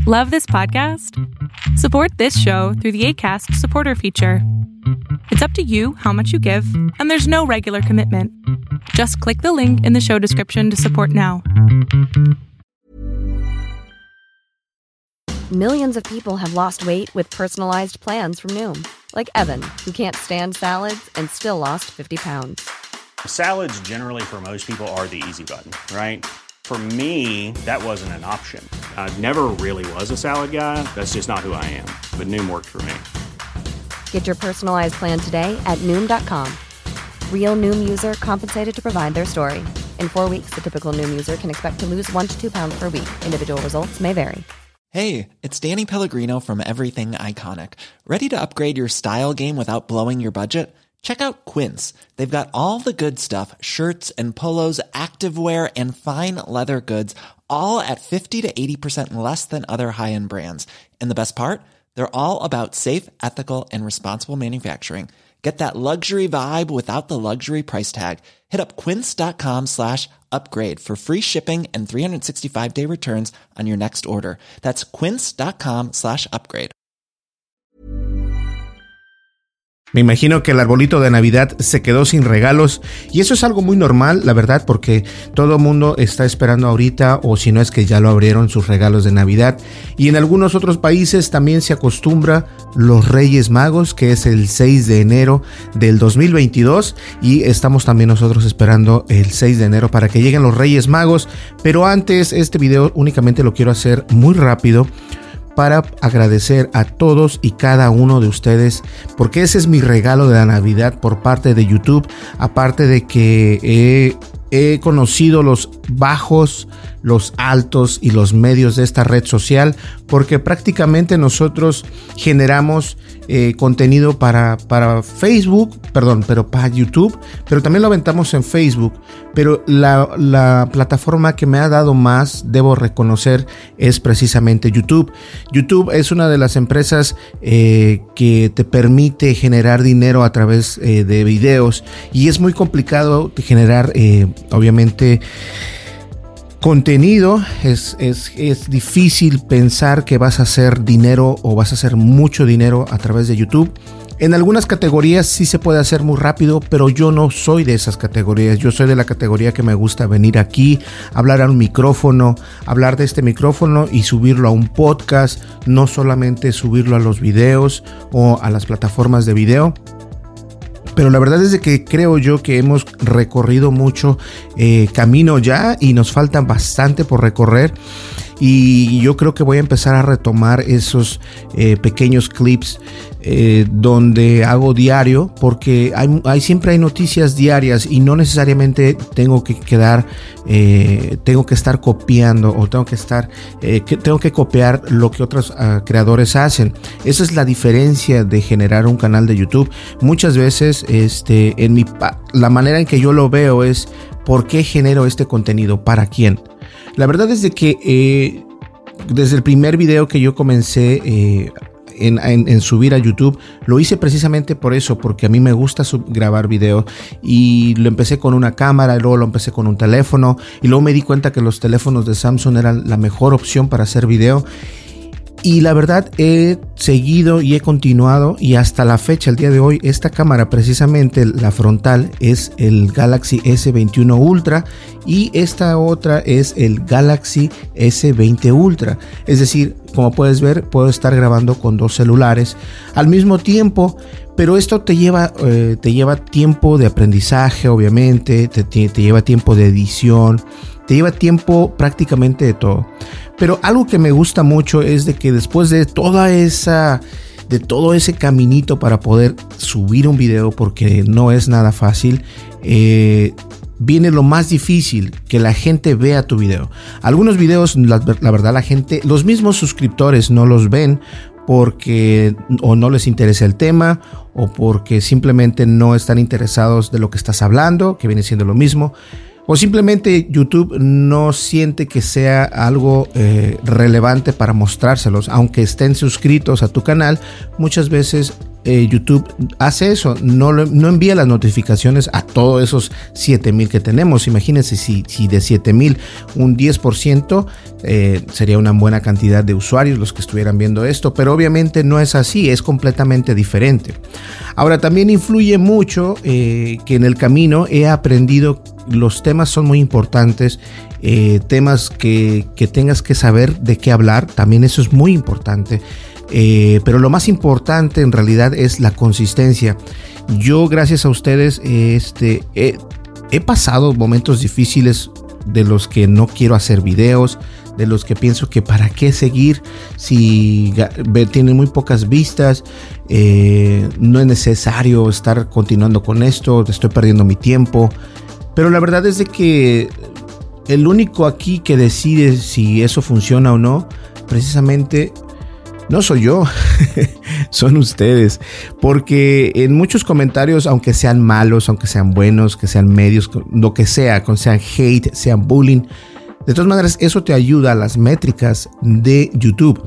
Love this podcast? Support this show through the Acast supporter feature. It's up to you how much you give, and there's no regular commitment. Just click the link in the show description to support now. Millions of people have lost weight with personalized plans from Noom. Like Evan, who can't stand salads and still lost 50 pounds. Salads generally for most people are the easy button, right? For me, that wasn't an option. I never really was a salad guy. That's just not who I am. But Noom worked for me. Get your personalized plan today at Noom.com. Real Noom user compensated to provide their story. In 4 weeks, the typical Noom user can expect to lose 1 to 2 pounds per week. Individual results may vary. Hey, it's Danny Pellegrino from Everything Iconic. Ready to upgrade your style game without blowing your budget? Check out Quince. They've got all the good stuff, shirts and polos, activewear, and fine leather goods, all at 50 to 80% less than other high-end brands. And the best part? They're all about safe, ethical, and responsible manufacturing. Get that luxury vibe without the luxury price tag. Hit up quince.com/upgrade for free shipping and 365-day returns on your next order. That's quince.com/upgrade. Me imagino que el arbolito de Navidad se quedó sin regalos y eso es algo muy normal, la verdad, porque todo el mundo está esperando ahorita, o si no es que ya lo abrieron, sus regalos de Navidad. Y en algunos otros países también se acostumbra los Reyes Magos, que es el 6 de enero del 2022, y estamos también nosotros esperando el 6 de enero para que lleguen los Reyes Magos. Pero antes, este video únicamente lo quiero hacer muy rápido para agradecer a todos y cada uno de ustedes, porque ese es mi regalo de la Navidad por parte de YouTube. Aparte de que he conocido los bajos, los altos y los medios de esta red social, porque prácticamente nosotros generamos contenido para Facebook, pero para YouTube, pero también lo aventamos en Facebook. Pero la plataforma que me ha dado más, debo reconocer, es precisamente YouTube. YouTube es una de las empresas que te permite generar dinero a través de videos, y es muy complicado generar, obviamente, contenido. Es difícil pensar que vas a hacer dinero o vas a hacer mucho dinero a través de YouTube. En algunas categorías sí se puede hacer muy rápido, pero yo no soy de esas categorías. Yo soy de la categoría que me gusta venir aquí, hablar a un micrófono, hablar de este micrófono y subirlo a un podcast, no solamente subirlo a los videos o a las plataformas de video. Pero la verdad es de que creo yo que hemos recorrido mucho camino ya y nos falta bastante por recorrer. Y yo creo que voy a empezar a retomar esos pequeños clips donde hago diario, porque siempre hay noticias diarias y no necesariamente tengo que estar copiando o tengo que copiar lo que otros creadores hacen. Esa es la diferencia de generar un canal de YouTube. Muchas veces la manera en que yo lo veo es: ¿por qué genero este contenido? ¿Para quién? La verdad es de que desde el primer video que yo comencé en subir a YouTube, lo hice precisamente por eso, porque a mí me gusta grabar video, y lo empecé con una cámara, y luego lo empecé con un teléfono, y luego me di cuenta que los teléfonos de Samsung eran la mejor opción para hacer video. Y la verdad, he seguido y he continuado, y hasta la fecha, el día de hoy, esta cámara, precisamente la frontal, es el Galaxy S21 Ultra, y esta otra es el Galaxy S20 Ultra. Es decir, como puedes ver, puedo estar grabando con dos celulares al mismo tiempo. Pero esto te lleva tiempo de aprendizaje, obviamente, te lleva tiempo de edición, te lleva tiempo prácticamente de todo. Pero algo que me gusta mucho es de que después de todo ese caminito para poder subir un video, porque no es nada fácil, viene lo más difícil: que la gente vea tu video. Algunos videos, la verdad, los mismos suscriptores no los ven, porque o no les interesa el tema, o porque simplemente no están interesados de lo que estás hablando, que viene siendo lo mismo, o simplemente YouTube no siente que sea algo relevante para mostrárselos. Aunque estén suscritos a tu canal, muchas veces YouTube hace eso, no envía las notificaciones a todos esos 7,000 que tenemos. Imagínense si de 7,000 un 10% sería una buena cantidad de usuarios los que estuvieran viendo esto, pero obviamente no es así, es completamente diferente. Ahora también influye mucho que en el camino he aprendido, los temas son muy importantes, temas que tengas que saber de qué hablar, también eso es muy importante. Pero lo más importante en realidad es la consistencia. Yo, gracias a ustedes, he pasado momentos difíciles de los que no quiero hacer videos, de los que pienso que para qué seguir si tienen muy pocas vistas, no es necesario estar continuando con esto, estoy perdiendo mi tiempo. Pero la verdad es de que el único aquí que decide si eso funciona o no, precisamente no soy yo, son ustedes, porque en muchos comentarios, aunque sean malos, aunque sean buenos, que sean medios, lo que sea, sean hate, sean bullying, de todas maneras eso te ayuda a las métricas de YouTube.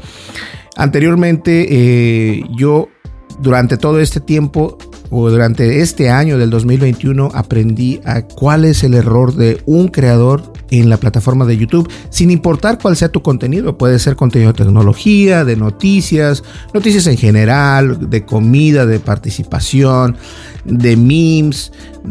Anteriormente yo durante todo este tiempo o durante este año del 2021 aprendí a cuál es el error de un creador en la plataforma de YouTube, sin importar cuál sea tu contenido. Puede ser contenido de tecnología, de noticias en general, de comida, de participación, de memes,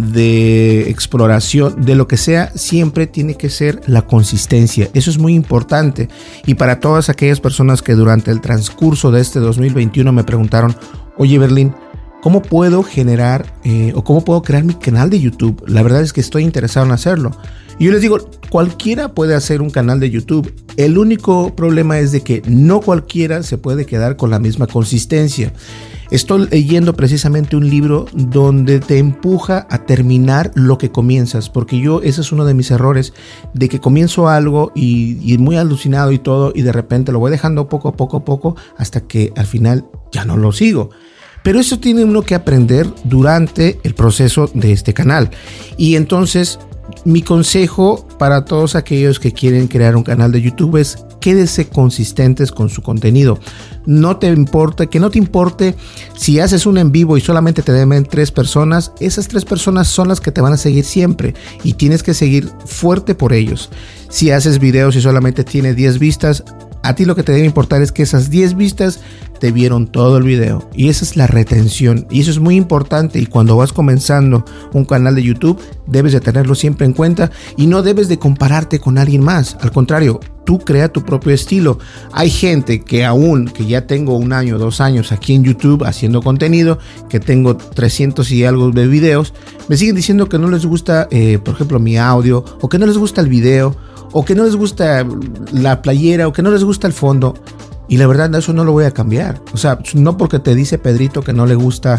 de exploración, de lo que sea. Siempre tiene que ser la consistencia. Eso es muy importante. Y para todas aquellas personas que durante el transcurso de este 2021 me preguntaron: oye, Berlín, ¿cómo puedo generar o cómo puedo crear mi canal de YouTube? La verdad es que estoy interesado en hacerlo. Y yo les digo, cualquiera puede hacer un canal de YouTube. El único problema es de que no cualquiera se puede quedar con la misma consistencia. Estoy leyendo precisamente un libro donde te empuja a terminar lo que comienzas, porque ese es uno de mis errores, de que comienzo algo y muy alucinado y todo, y de repente lo voy dejando poco a poco hasta que al final ya no lo sigo. Pero eso tiene uno que aprender durante el proceso de este canal. Y entonces mi consejo para todos aquellos que quieren crear un canal de YouTube es: quédese consistentes con su contenido. Que no te importe si haces un en vivo y solamente te ven 3 personas. Esas 3 personas son las que te van a seguir siempre y tienes que seguir fuerte por ellos. Si haces videos y solamente tiene 10 vistas, a ti lo que te debe importar es que esas 10 vistas te vieron todo el video, y esa es la retención, y eso es muy importante. Y cuando vas comenzando un canal de YouTube debes de tenerlo siempre en cuenta, y no debes de compararte con alguien más. Al contrario, tú crea tu propio estilo. Hay gente que ya tengo 1 año, 2 años aquí en YouTube haciendo contenido, que tengo 300 y algo de videos, me siguen diciendo que no les gusta por ejemplo mi audio, o que no les gusta el video, o que no les gusta la playera, o que no les gusta el fondo. Y la verdad, eso no lo voy a cambiar. O sea, no porque te dice Pedrito que no le gusta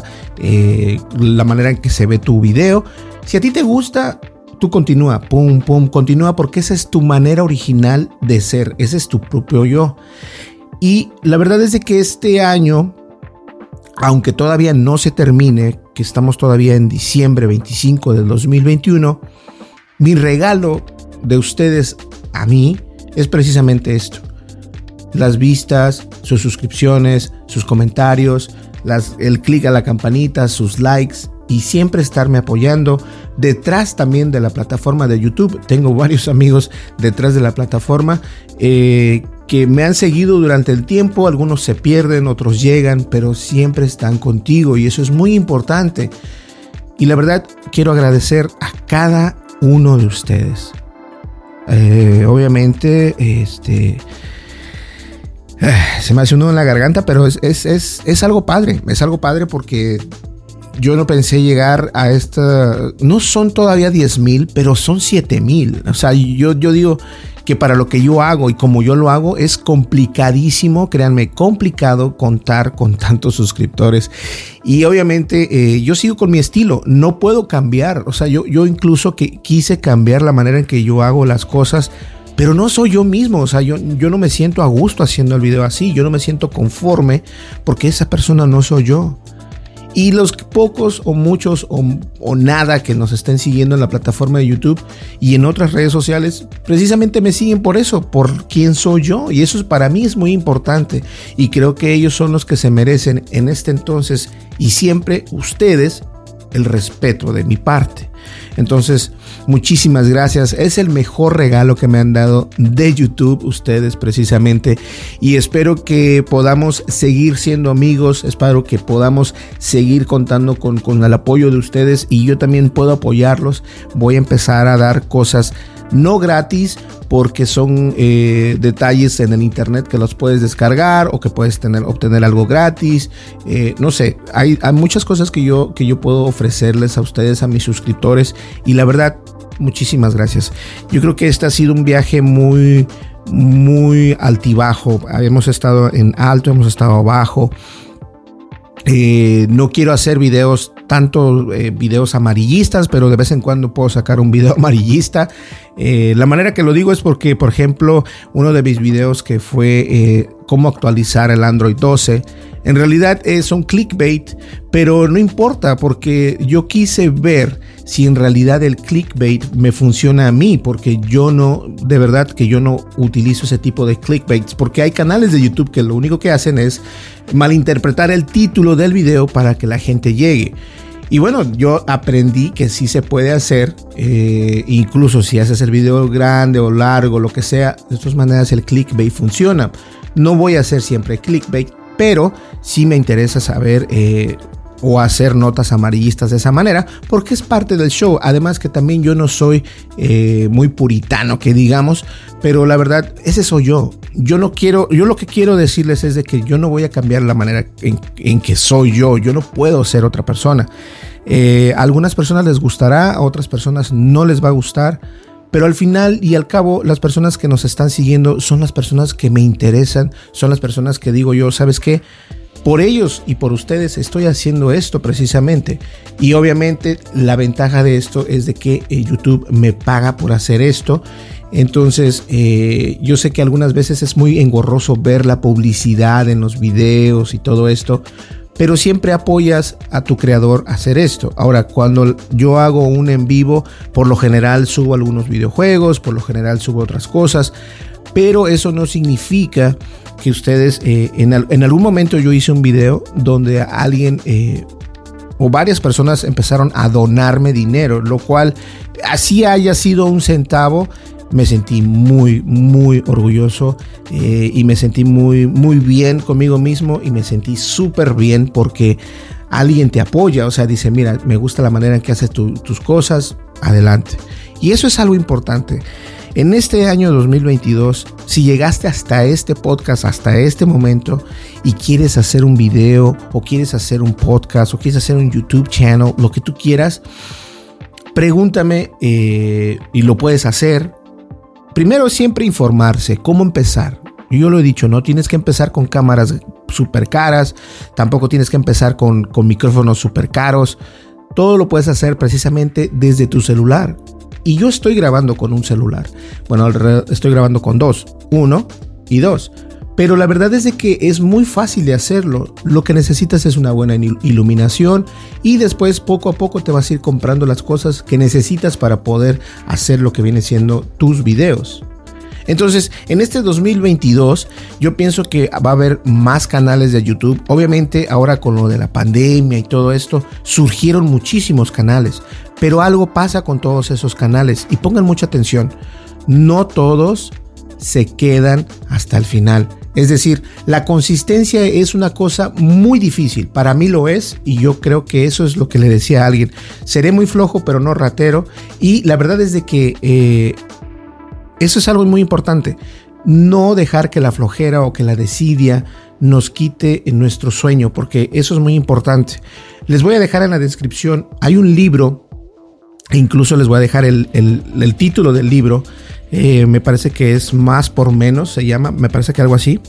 la manera en que se ve tu video. Si a ti te gusta, tú continúa, continúa, porque esa es tu manera original de ser. Ese es tu propio yo. Y la verdad es de que este año, aunque todavía no se termine, que estamos todavía en diciembre 25 del 2021, mi regalo de ustedes a mí es precisamente esto: las vistas, sus suscripciones, sus comentarios, el clic a la campanita, sus likes, y siempre estarme apoyando detrás también de la plataforma de YouTube. Tengo varios amigos detrás de la plataforma que me han seguido durante el tiempo. Algunos se pierden, otros llegan, pero siempre están contigo, y eso es muy importante. Y la verdad, quiero agradecer a cada uno de ustedes. Obviamente, se me hace un nudo en la garganta, pero es algo padre. Es algo padre porque yo no pensé llegar a esta. No son todavía 10,000, pero son 7,000. O sea, yo digo que para lo que yo hago y como yo lo hago es complicadísimo, créanme, complicado contar con tantos suscriptores. Y obviamente yo sigo con mi estilo, no puedo cambiar. O sea, yo incluso que quise cambiar la manera en que yo hago las cosas, pero no soy yo mismo. O sea, yo no me siento a gusto haciendo el video así, yo no me siento conforme porque esa persona no soy yo. Y los pocos o muchos o nada que nos estén siguiendo en la plataforma de YouTube y en otras redes sociales, precisamente me siguen por eso, por quién soy yo. Y eso para mí es muy importante. Y creo que ellos son los que se merecen en este entonces y siempre ustedes el respeto de mi parte. Entonces, muchísimas gracias. Es el mejor regalo que me han dado de YouTube ustedes precisamente. Y espero que podamos seguir siendo amigos. Espero que podamos seguir contando con el apoyo de ustedes. Y yo también puedo apoyarlos. Voy a empezar a dar cosas no gratis, porque son detalles en el internet que los puedes descargar o que puedes obtener algo gratis. No sé, hay muchas cosas que yo puedo ofrecerles a ustedes, a mis suscriptores, y la verdad, muchísimas gracias. Yo creo que este ha sido un viaje muy, muy altibajo. Hemos estado en alto, hemos estado abajo. No quiero hacer videos, videos amarillistas, pero de vez en cuando puedo sacar un video amarillista. La manera que lo digo es porque, por ejemplo, uno de mis videos que fue cómo actualizar el Android 12, en realidad es un clickbait, pero no importa, porque yo quise ver si en realidad el clickbait me funciona a mí, porque de verdad que yo no utilizo ese tipo de clickbaits, porque hay canales de YouTube que lo único que hacen es malinterpretar el título del video para que la gente llegue. Y bueno, yo aprendí que sí se puede hacer, incluso si haces el video grande o largo, lo que sea, de todas maneras el clickbait funciona. No voy a hacer siempre clickbait, pero sí me interesa saber o hacer notas amarillistas de esa manera, porque es parte del show. Además que también yo no soy muy puritano, que digamos, pero la verdad, ese soy yo. Yo lo que quiero decirles es de que yo no voy a cambiar la manera en que soy yo. Yo no puedo ser otra persona. A algunas personas les gustará, a otras personas no les va a gustar, pero al final y al cabo, las personas que nos están siguiendo son las personas que me interesan, son las personas que digo yo, ¿sabes qué? Por ellos y por ustedes estoy haciendo esto precisamente. Y obviamente la ventaja de esto es de que YouTube me paga por hacer esto. Entonces yo sé que algunas veces es muy engorroso ver la publicidad en los videos y todo esto, pero siempre apoyas a tu creador a hacer esto. Ahora, cuando yo hago un en vivo, por lo general subo algunos videojuegos, por lo general subo otras cosas, pero eso no significa que ustedes, en algún momento yo hice un video donde alguien o varias personas empezaron a donarme dinero, lo cual, así haya sido un centavo, me sentí muy, muy orgulloso y me sentí muy, muy bien conmigo mismo, y me sentí súper bien porque alguien te apoya. O sea, dice, mira, me gusta la manera en que haces tus cosas, adelante. Y eso es algo importante. En este año 2022, si llegaste hasta este podcast, hasta este momento, y quieres hacer un video, o quieres hacer un podcast, o quieres hacer un YouTube channel, lo que tú quieras, pregúntame y lo puedes hacer. Primero, siempre informarse, cómo empezar. Yo lo he dicho, no tienes que empezar con cámaras súper caras, tampoco tienes que empezar con micrófonos súper caros. Todo lo puedes hacer precisamente desde tu celular. Y yo estoy grabando con un celular. Bueno, estoy grabando con dos, 1 y 2. Pero la verdad es de que es muy fácil de hacerlo. Lo que necesitas es una buena iluminación, y después poco a poco te vas a ir comprando las cosas que necesitas para poder hacer lo que viene siendo tus videos. Entonces, en este 2022, yo pienso que va a haber más canales de YouTube. Obviamente, ahora con lo de la pandemia y todo esto, surgieron muchísimos canales. Pero algo pasa con todos esos canales, y pongan mucha atención. No todos se quedan hasta el final. Es decir, la consistencia es una cosa muy difícil. Para mí lo es, y yo creo que eso es lo que le decía a alguien. Seré muy flojo, pero no ratero. Y la verdad es de que eso es algo muy importante. No dejar que la flojera o que la desidia nos quite nuestro sueño, porque eso es muy importante. Les voy a dejar en la descripción, hay un libro, e incluso les voy a dejar el título del libro. Me parece que es Más por Menos, se llama, me parece que algo así.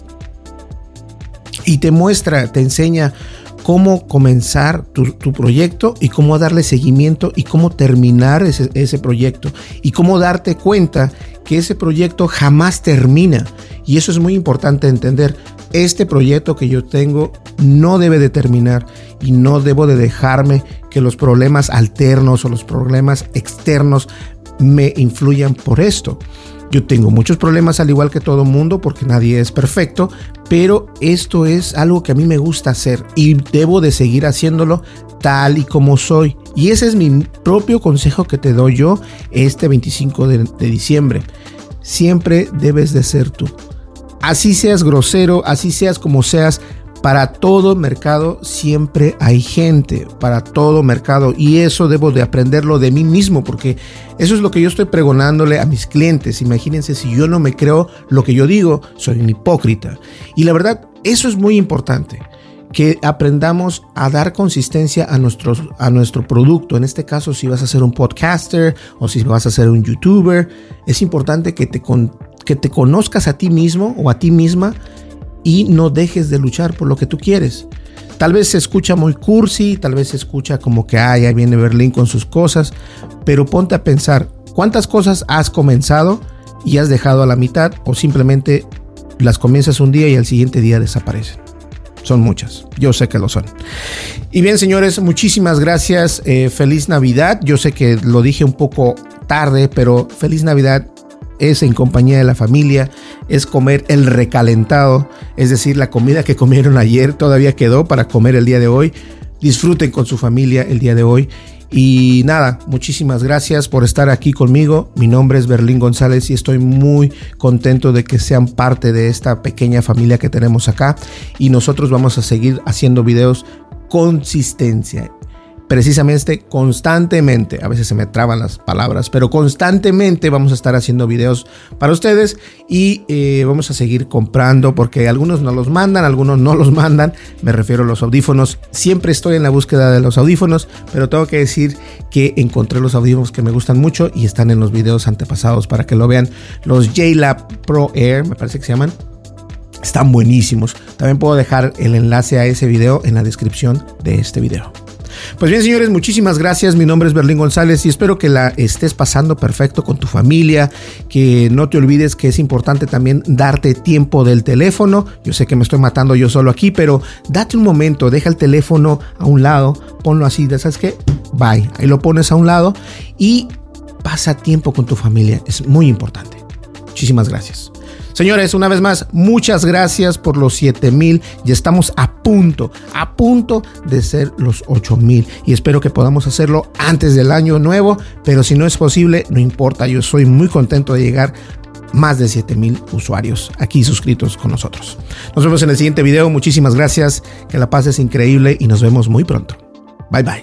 Y te enseña cómo comenzar tu proyecto, y cómo darle seguimiento, y cómo terminar ese proyecto, y cómo darte cuenta que ese proyecto jamás termina. Y eso es muy importante entender. este proyecto que yo tengo no debe de terminar y no debo de dejarme que los problemas alternos o los problemas externos me influyan por esto. Yo tengo muchos problemas al igual que todo mundo porque nadie es perfecto, pero esto es algo que a mí me gusta hacer y debo de seguir haciéndolo tal y como soy. Y ese es mi propio consejo que te doy yo este 25 de diciembre. Siempre debes de ser tú. Así seas grosero, así seas como seas, para todo mercado siempre hay gente, para todo mercado, y eso debo de aprenderlo de mí mismo, porque eso es lo que yo estoy pregonándole a mis clientes. Imagínense, si yo no me creo lo que yo digo, soy un hipócrita. Y la verdad, eso es muy importante, que aprendamos a dar consistencia a nuestro producto. En este caso, si vas a ser un podcaster o si vas a ser un youtuber, es importante que te conozcas a ti mismo o a ti misma y no dejes de luchar por lo que tú quieres. Tal vez se escucha muy cursi, tal vez se escucha como que ya viene Berlín con sus cosas, pero ponte a pensar, ¿cuántas cosas has comenzado y has dejado a la mitad o simplemente las comienzas un día y al siguiente día desaparecen? Son muchas, yo sé que lo son. Y bien, señores, muchísimas gracias. Feliz Navidad. Yo sé que lo dije un poco tarde, pero feliz Navidad es en compañía de la familia, es comer el recalentado, es decir, la comida que comieron ayer todavía quedó para comer el día de hoy. Disfruten con su familia el día de hoy. Y nada, muchísimas gracias por estar aquí conmigo. Mi nombre es Berlín González y estoy muy contento de que sean parte de esta pequeña familia que tenemos acá. Y nosotros vamos a seguir haciendo videos consistencia. Precisamente constantemente, a veces se me traban las palabras, pero constantemente vamos a estar haciendo videos para ustedes y vamos a seguir comprando porque algunos nos los mandan, algunos no los mandan. Me refiero a los audífonos. Siempre estoy en la búsqueda de los audífonos, pero tengo que decir que encontré los audífonos que me gustan mucho y están en los videos antepasados para que lo vean. Los JLab Pro Air, me parece que se llaman. Están buenísimos. También puedo dejar el enlace a ese video en la descripción de este video. Pues bien, señores, muchísimas gracias. Mi nombre es Berlín González y espero que la estés pasando perfecto con tu familia, que no te olvides que es importante también darte tiempo del teléfono. Yo sé que me estoy matando yo solo aquí, pero date un momento, deja el teléfono a un lado, ponlo así, ¿sabes qué? Bye, ahí lo pones a un lado y pasa tiempo con tu familia, es muy importante. Muchísimas gracias. Señores, una vez más, muchas gracias por los 7,000. Ya estamos a punto de ser los 8,000 y espero que podamos hacerlo antes del año nuevo, pero si no es posible, no importa, yo soy muy contento de llegar más de 7,000 usuarios aquí suscritos con nosotros. Nos vemos en el siguiente video, muchísimas gracias, que la pases increíble y nos vemos muy pronto. Bye bye.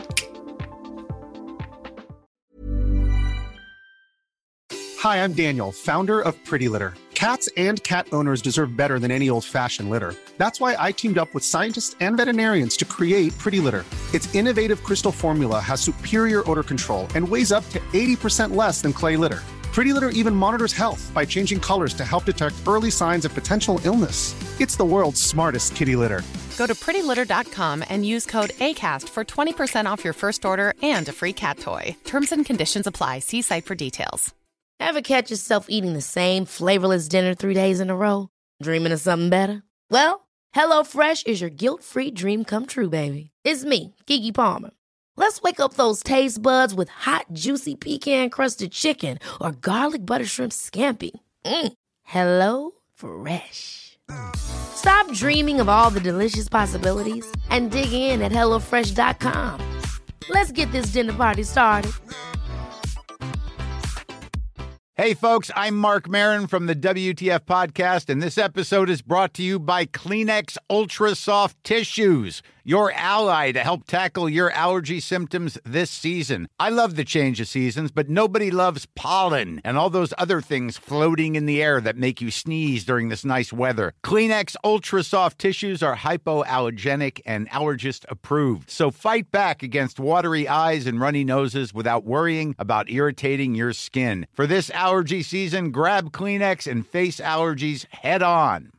Hi, I'm Daniel, founder of Pretty Litter. Cats and cat owners deserve better than any old-fashioned litter. That's why I teamed up with scientists and veterinarians to create Pretty Litter. Its innovative crystal formula has superior odor control and weighs up to 80% less than clay litter. Pretty Litter even monitors health by changing colors to help detect early signs of potential illness. It's the world's smartest kitty litter. Go to prettylitter.com and use code ACAST for 20% off your first order and a free cat toy. Terms and conditions apply. See site for details. Ever catch yourself eating the same flavorless dinner 3 days in a row? Dreaming of something better? Well, HelloFresh is your guilt-free dream come true, baby. It's me, Keke Palmer. Let's wake up those taste buds with hot, juicy pecan-crusted chicken or garlic butter shrimp scampi. Hello Fresh. Stop dreaming of all the delicious possibilities and dig in at HelloFresh.com. Let's get this dinner party started. Hey, folks, I'm Mark Maron from the WTF Podcast, and this episode is brought to you by Kleenex Ultra Soft Tissues, your ally to help tackle your allergy symptoms this season. I love the change of seasons, but nobody loves pollen and all those other things floating in the air that make you sneeze during this nice weather. Kleenex Ultra Soft Tissues are hypoallergenic and allergist approved, so fight back against watery eyes and runny noses without worrying about irritating your skin. For this allergy season, grab Kleenex and face allergies head on.